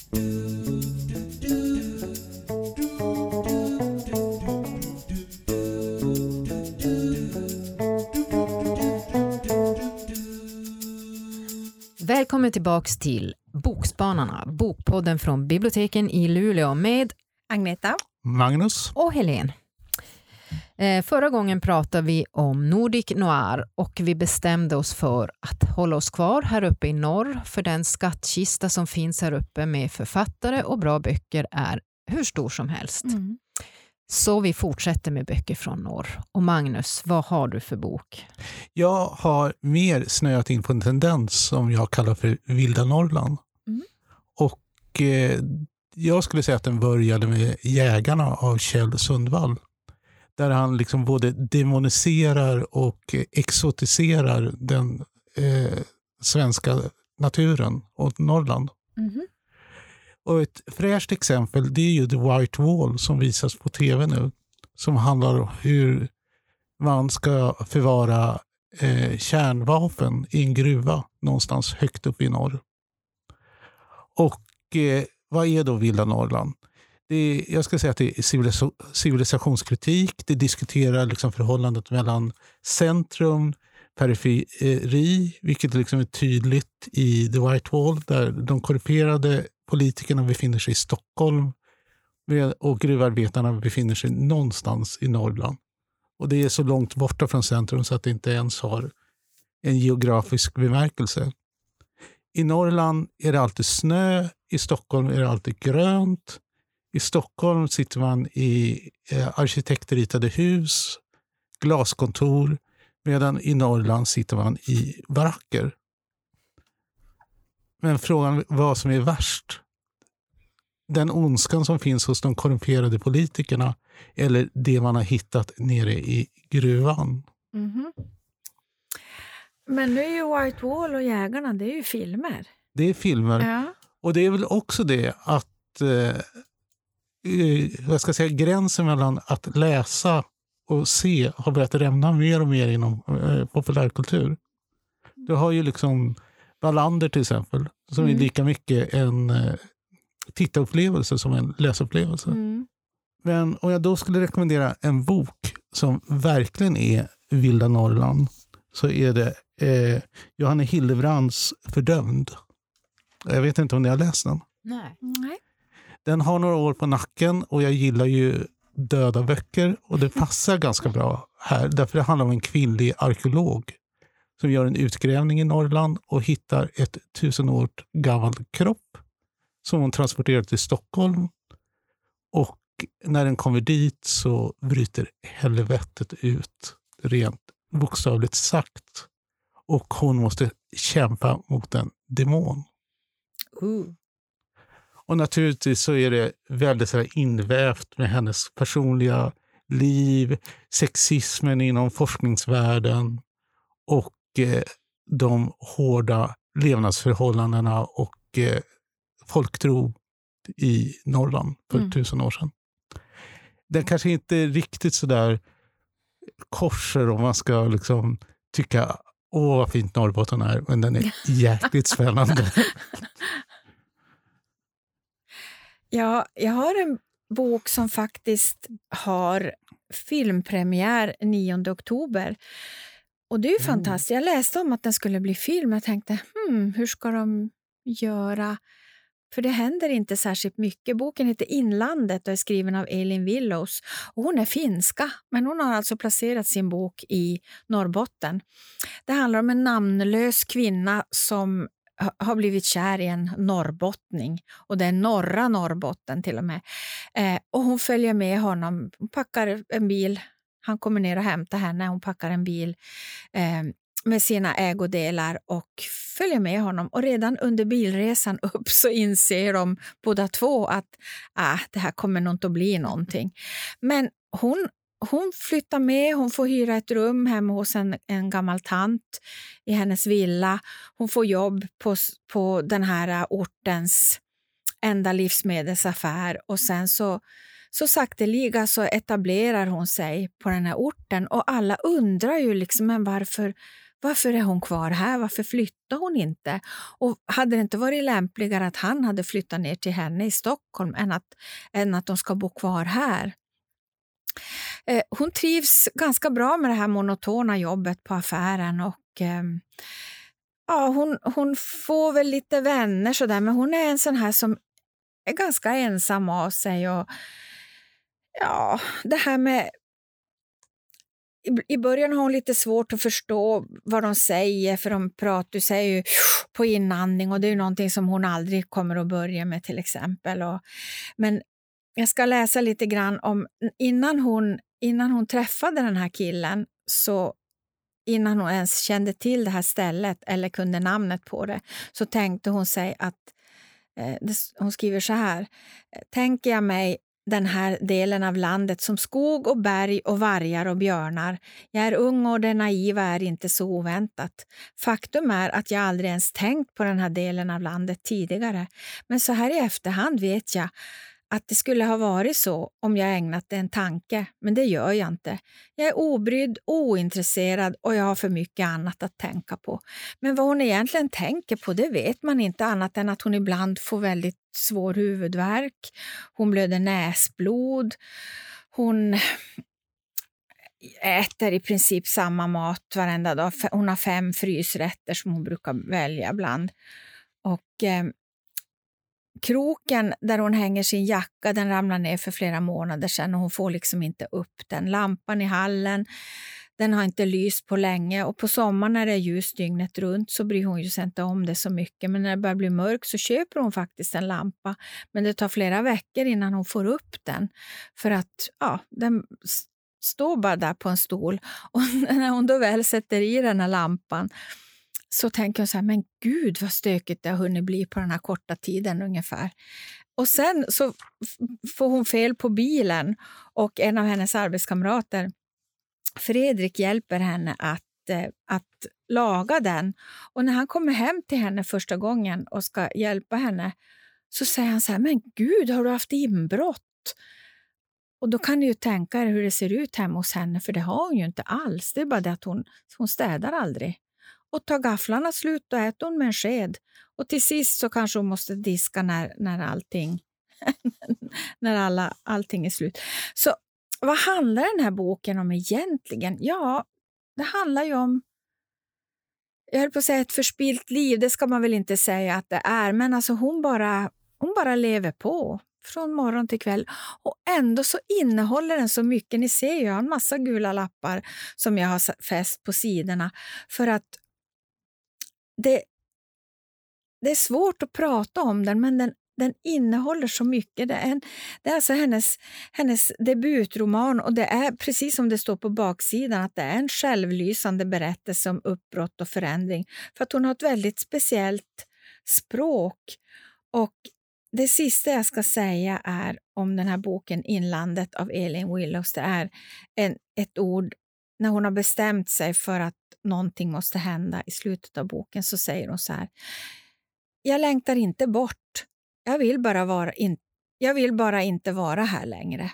Välkommen tillbaks till Bokspanarna, bokpodden från biblioteken i Luleå med Agneta, Magnus och Helen. Förra gången pratade vi om Nordic Noir och vi bestämde oss för att hålla oss kvar här uppe i norr, för den skattkista som finns här uppe med författare och bra böcker är hur stor som helst. Så vi fortsätter med böcker från norr. Och Magnus, vad har du för bok? Jag har mer snöat in på en tendens som jag kallar för Vilda Norrland. Och jag skulle säga att den började med Jägarna av Kjell Sundvall. Där han liksom både demoniserar och exotiserar den svenska naturen och Norrland. Och ett fräscht exempel, det är ju The White Wall som visas på tv nu. Som handlar om hur man ska förvara kärnvapen i en gruva någonstans högt upp i norr. Och vad är då Vilda Norrland? Jag ska säga att det är civilisationskritik. Det diskuterar liksom förhållandet mellan centrum, periferi, vilket liksom är tydligt i The White Wall, där de korrumperade politikerna befinner sig i Stockholm och gruvarbetarna befinner sig någonstans i Norrland. Och det är så långt borta från centrum så att det inte ens har en geografisk bemärkelse. I Norrland är det alltid snö, i Stockholm är det alltid grönt. I Stockholm sitter man i arkitektritade hus, glaskontor, medan i Norrland sitter man i baracker. Men frågan vad som är värst. Den ondskan som finns hos de korrumperade politikerna eller det man har hittat nere i gruvan. Men nu är ju White Wall och Jägarna, det är ju filmer. Det är filmer. Ja. Och det är väl också det att jag ska säga, gränsen mellan att läsa och se har börjat rämna mer och mer inom populärkultur. Du har ju liksom Wallander till exempel, som är lika mycket en tittarupplevelse som en läsupplevelse. Men om jag då skulle rekommendera en bok som verkligen är Vilda Norrland, så är det Johanne Hillebrands Fördömd. Jag vet inte om ni har läst den. Nej. Den har några år på nacken och jag gillar ju döda böcker och det passar ganska bra här. Därför det handlar om en kvinnlig arkeolog som gör en utgrävning i Norrland och hittar ett 1000 år gammal kropp som hon transporterar till Stockholm. Och när den kommer dit så bryter helvetet ut, rent bokstavligt sagt. Och hon måste kämpa mot en demon. Och naturligtvis så är det väldigt så här invävt med hennes personliga liv, sexismen inom forskningsvärlden och de hårda levnadsförhållandena och folktro i Norrland för 1000 år sedan. Den kanske inte riktigt så där korser om man ska liksom tycka vad fint Norrbotten är, men den är jäkligt spännande. Ja, jag har en bok som faktiskt har filmpremiär 9 oktober. Och det är ju fantastiskt. Jag läste om att den skulle bli film. Jag tänkte, hur ska de göra? För det händer inte särskilt mycket. Boken heter Inlandet och är skriven av Elin Willows. Och hon är finska, men hon har alltså placerat sin bok i Norrbotten. Det handlar om en namnlös kvinna som har blivit kär i en norrbottning. Och det är norra Norrbotten till och med. Och hon följer med honom. Hon packar en bil. Han kommer ner och hämtar henne. Hon packar en bil med sina ägodelar och följer med honom. Och redan under bilresan upp så inser de båda två att det här kommer nog inte att bli någonting. Men hon flyttar med, hon får hyra ett rum hemma hos en gammal tant i hennes villa. Hon får jobb på den här ortens enda livsmedelsaffär och sen så sakteliga så etablerar hon sig på den här orten och alla undrar ju liksom, men varför Varför är hon kvar här? Varför flyttar hon inte? Och hade det inte varit lämpligare att han hade flyttat ner till henne i Stockholm än att de ska bo kvar här? Hon trivs ganska bra med det här monotona jobbet på affären och hon får väl lite vänner sådär, men hon är en sån här som är ganska ensam av sig. Och det här med i början har hon lite svårt att förstå vad de säger, för du säger ju på inandning och det är ju någonting som hon aldrig kommer att börja med till exempel. Men jag ska läsa lite grann om innan hon träffade den här killen, så innan hon ens kände till det här stället eller kunde namnet på det, så tänkte hon sig att hon skriver så här: tänker jag mig den här delen av landet som skog och berg och vargar och björnar. Jag är ung och det naiva är inte så oväntat. Faktum är att jag aldrig ens tänkt på den här delen av landet tidigare. Men så här i efterhand vet jag att det skulle ha varit så om jag ägnat det en tanke. Men det gör jag inte. Jag är obrydd, ointresserad och jag har för mycket annat att tänka på. Men vad hon egentligen tänker på, det vet man inte, annat än att hon ibland får väldigt svår huvudvärk. Hon blöder näsblod. Hon äter i princip samma mat varenda dag. Hon har 5 frysrätter som hon brukar välja ibland. Och kroken där hon hänger sin jacka, den ramlar ner för flera månader sedan och hon får liksom inte upp den. Lampan i hallen, den har inte lyst på länge, och på sommaren när det är ljus dygnet runt så bryr hon ju sig inte om det så mycket. Men när det börjar bli mörkt så köper hon faktiskt en lampa, men det tar flera veckor innan hon får upp den, för att den står bara där på en stol. Och när hon då väl sätter i den här lampan så tänker jag så här, men gud vad stökigt det har hunnit bli på den här korta tiden ungefär. Och sen så får hon fel på bilen och en av hennes arbetskamrater, Fredrik, hjälper henne att laga den. Och när han kommer hem till henne första gången och ska hjälpa henne så säger han så här, men gud, har du haft inbrott? Och då kan ni ju tänka er hur det ser ut hemma hos henne, för det har hon ju inte alls. Det är bara det att hon städar aldrig. Och tar gafflarna slut och äter hon med en sked. Och till sist så kanske hon måste diska när allting allting är slut. Så vad handlar den här boken om egentligen? Ja, det handlar ju om, jag höll på att säga ett förspilt liv. Det ska man väl inte säga att det är. Men alltså hon bara lever på från morgon till kväll. Och ändå så innehåller den så mycket. Ni ser ju, jag har en massa gula lappar som jag har fäst på sidorna. För att det är svårt att prata om den, men den innehåller så mycket. Det är alltså hennes debutroman, och det är precis som det står på baksidan, att det är en självlysande berättelse om uppbrott och förändring. För att hon har ett väldigt speciellt språk. Och det sista jag ska säga är om den här boken Inlandet av Elin Willows. Det är ett ord, när hon har bestämt sig för att någonting måste hända i slutet av boken, så säger hon så här: jag längtar inte bort. Jag vill bara inte vara här längre.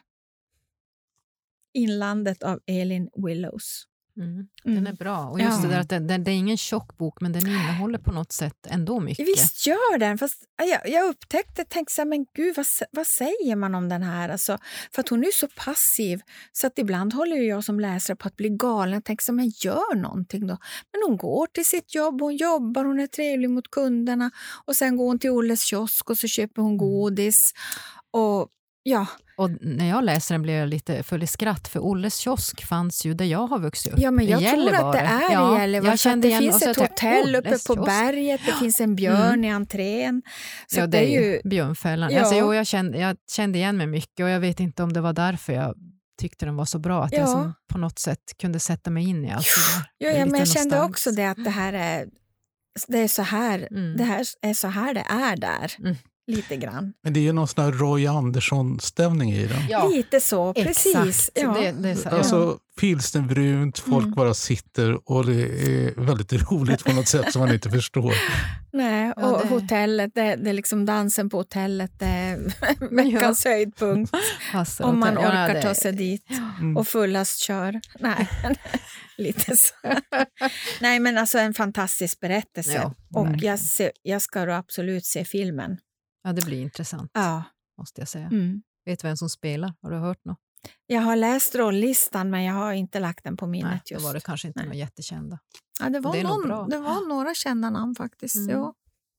Inlandet av Elin Willows. Den är bra. Och just det där att det är ingen tjock bok, men den innehåller på något sätt ändå mycket. Visst gör den, fast jag tänkte så här, men gud, vad säger man om den här? Alltså, för att hon är så passiv, så att ibland håller jag som läsare på att bli galen. Jag tänker så här, men gör någonting då. Men hon går till sitt jobb, hon jobbar, hon är trevlig mot kunderna, och sen går hon till Olles kiosk och så köper hon godis. Och och när jag läser den blir jag lite full i skratt, för Olles kiosk fanns ju där jag har vuxit upp. Ja, men jag tror att det är i Gällivare. Det finns ett hotell uppe på berget, det finns en björn i entrén. Så det är ju Björnfällan. Ja. Alltså, jag kände igen mig mycket, och jag vet inte om det var därför jag tyckte den var så bra, att jag som på något sätt kunde sätta mig in i allt det där. Ja, men jag kände också det, att det är så här, det är så här det är där. lite grann. Men det är ju någon sån här Roy Andersson-stämning i den. Ja, Lite så, precis. exakt. Ja. Det är så, Alltså pilsnerbrunt, folk bara sitter och det är väldigt roligt på något sätt som man inte förstår. Nej, och Ja, hotellet, det är liksom dansen på hotellet, det är veckans höjdpunkt. Passar Om man hotell. orkar det- ta sig dit och fullast kör. Nej, lite så. Nej, men alltså en fantastisk berättelse. Ja, och verkligen. jag ska då absolut se filmen. Ja, det blir intressant, Ja. måste jag säga. Mm. Vet du vem som spelar? Har du hört något? Jag har läst rolllistan, men jag har inte lagt den på minnet Nej, just. då var det kanske inte Nej. några jättekända. Ja, det det är nog bra. det var några kända namn faktiskt. Mm. Jo.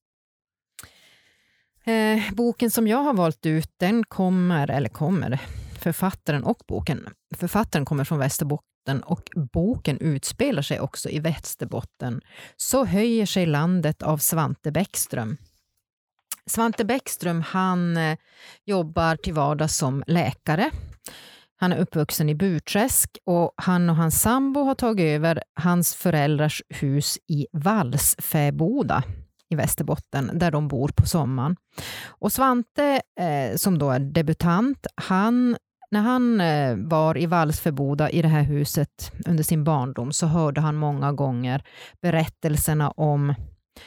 Boken som jag har valt ut, den kommer, författaren och boken. Författaren kommer från Västerbotten och boken utspelar sig också i Västerbotten. Så höjer sig landet av Svante Bäckström. Svante Bäckström, han jobbar till vardags som läkare. Han är uppvuxen i Burträsk och han och hans sambo har tagit över hans föräldrars hus i Valsfäboda i Västerbotten, där de bor på sommaren. Och Svante, som då är debutant, när han var i Valsfäboda i det här huset under sin barndom, så hörde han många gånger berättelserna om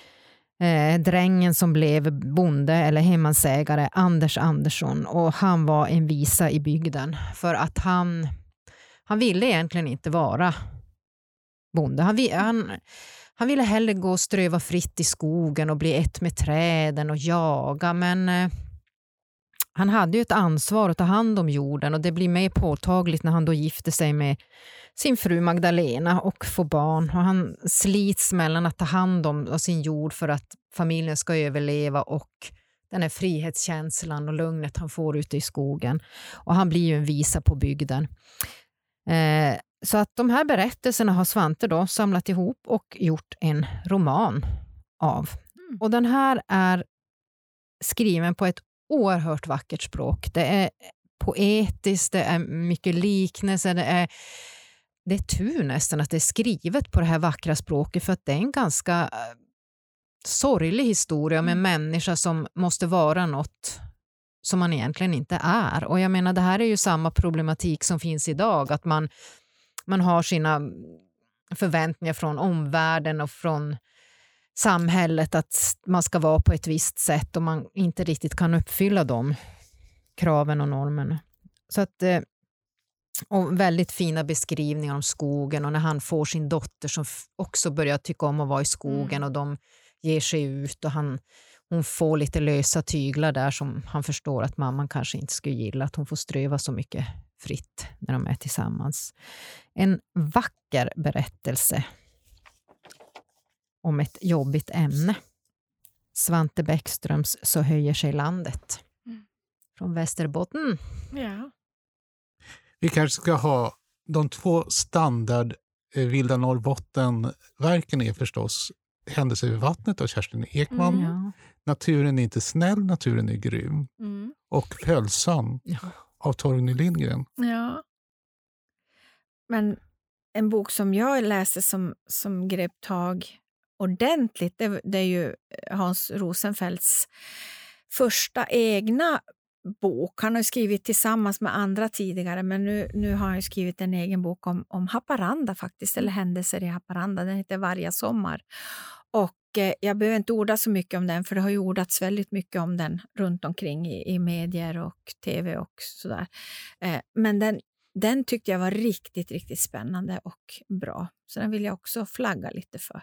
drängen som blev bonde eller hemmansägare, Anders Andersson, och han var en visa i bygden för att han ville egentligen inte vara bonde. Han ville hellre gå och ströva fritt i skogen och bli ett med träden och jaga, men han hade ju ett ansvar att ta hand om jorden, och det blir mer påtagligt när han då gifte sig med sin fru Magdalena och får barn. Och han slits mellan att ta hand om sin jord för att familjen ska överleva och den här frihetskänslan och lugnet han får ute i skogen. Och han blir ju en visa på bygden. Så att de här berättelserna har Svante då samlat ihop och gjort en roman av. Och den här är skriven på ett oerhört vackert språk. Det är poetiskt, det är mycket liknelse, det är tur nästan att det är skrivet på det här vackra språket, för att det är en ganska sorglig historia om en människa som måste vara något som man egentligen inte är. Och jag menar, det här är ju samma problematik som finns idag, att man har sina förväntningar från omvärlden och från samhället att man ska vara på ett visst sätt och man inte riktigt kan uppfylla de kraven och normerna. Så att, och väldigt fina beskrivningar om skogen, och när han får sin dotter som också börjar tycka om att vara i skogen och de ger sig ut och hon får lite lösa tyglar där som han förstår att mamman kanske inte skulle gilla, att hon får ströva så mycket fritt när de är tillsammans. En vacker berättelse om ett jobbigt ämne. Svante Bäckströms Så höjer sig landet. Från Västerbotten. Ja. Vi kanske ska ha de 2 standard Vilda Norrbotten-verken är förstås Händelser vid vattnet av Kerstin Ekman. Ja. Naturen är inte snäll, naturen är grym. Och Pölsan av Torgny Lindgren. Ja. Men en bok som jag läste som grep tag ordentligt, det är ju Hans Rosenfeldts första egna bok. Han har ju skrivit tillsammans med andra tidigare, men nu har han ju skrivit en egen bok om Haparanda faktiskt, eller händelser i Haparanda. Den heter Varje sommar. Och jag behöver inte orda så mycket om den, för det har ju ordats väldigt mycket om den runt omkring i medier och tv och sådär. Men den tyckte jag var riktigt, riktigt spännande och bra. Så den vill jag också flagga lite för.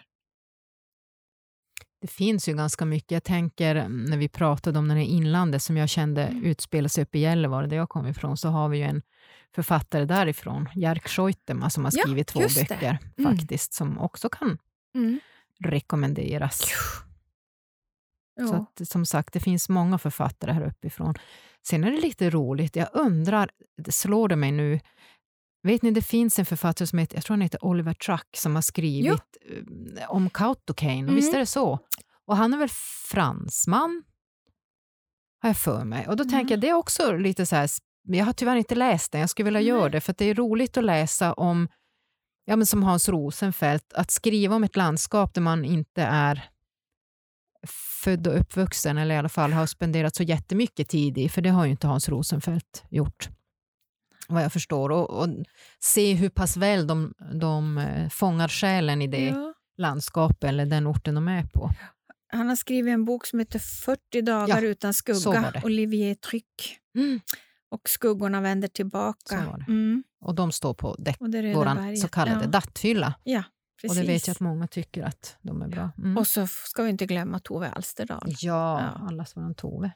Det finns ju ganska mycket. Jag tänker när vi pratade om den här inlandet som jag kände utspelar sig upp i Gällivare där jag kom ifrån, så har vi ju en författare därifrån, Jerk Scheutema, som har skrivit 2 böcker faktiskt, som också kan rekommenderas. Så att, som sagt, det finns många författare här uppifrån. Sen är det lite roligt, jag undrar, det slår det mig nu, vet ni, det finns en författare som heter, jag tror han heter Oliver Truck, som har skrivit om Kautokeino, visst är det så? Och han är väl fransman, har jag för mig. Och då tänker jag, det är också lite så här, jag har tyvärr inte läst den, jag skulle vilja göra det, för att det är roligt att läsa om, ja men som Hans Rosenfeldt, att skriva om ett landskap där man inte är född och uppvuxen, eller i alla fall har spenderat så jättemycket tid i, för det har ju inte Hans Rosenfeldt gjort, vad jag förstår. Och se hur pass väl de fångar själen i det landskap eller den orten de är på. Han har skrivit en bok som heter 40 dagar utan skugga, Olivier Tryck. Och skuggorna vänder tillbaka. Och de står på våran så kallade datthylla. Ja, precis. Och det vet jag att många tycker att de är bra. Och så ska vi inte glömma Tove Alsterdal. Ja, allas våran Tove.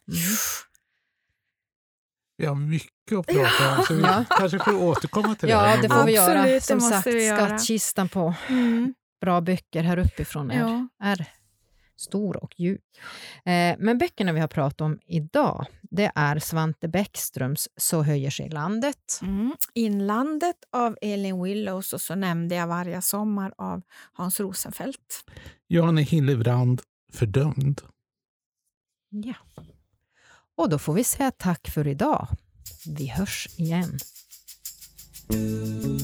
Vi har mycket att prata om, så vi kanske får återkomma till det. Ja, det får vi göra. Absolut, Som sagt, vi skattkistan på bra böcker här uppifrån är stor och djup. Men böckerna vi har pratat om idag, det är Svante Bäckströms Så höjer sig landet. Inlandet av Elin Willows, och så nämnde jag Varje sommar av Hans Rosenfeldt. Janne Hillebrand, Fördömd. Ja. Och då får vi säga tack för idag. Vi hörs igen.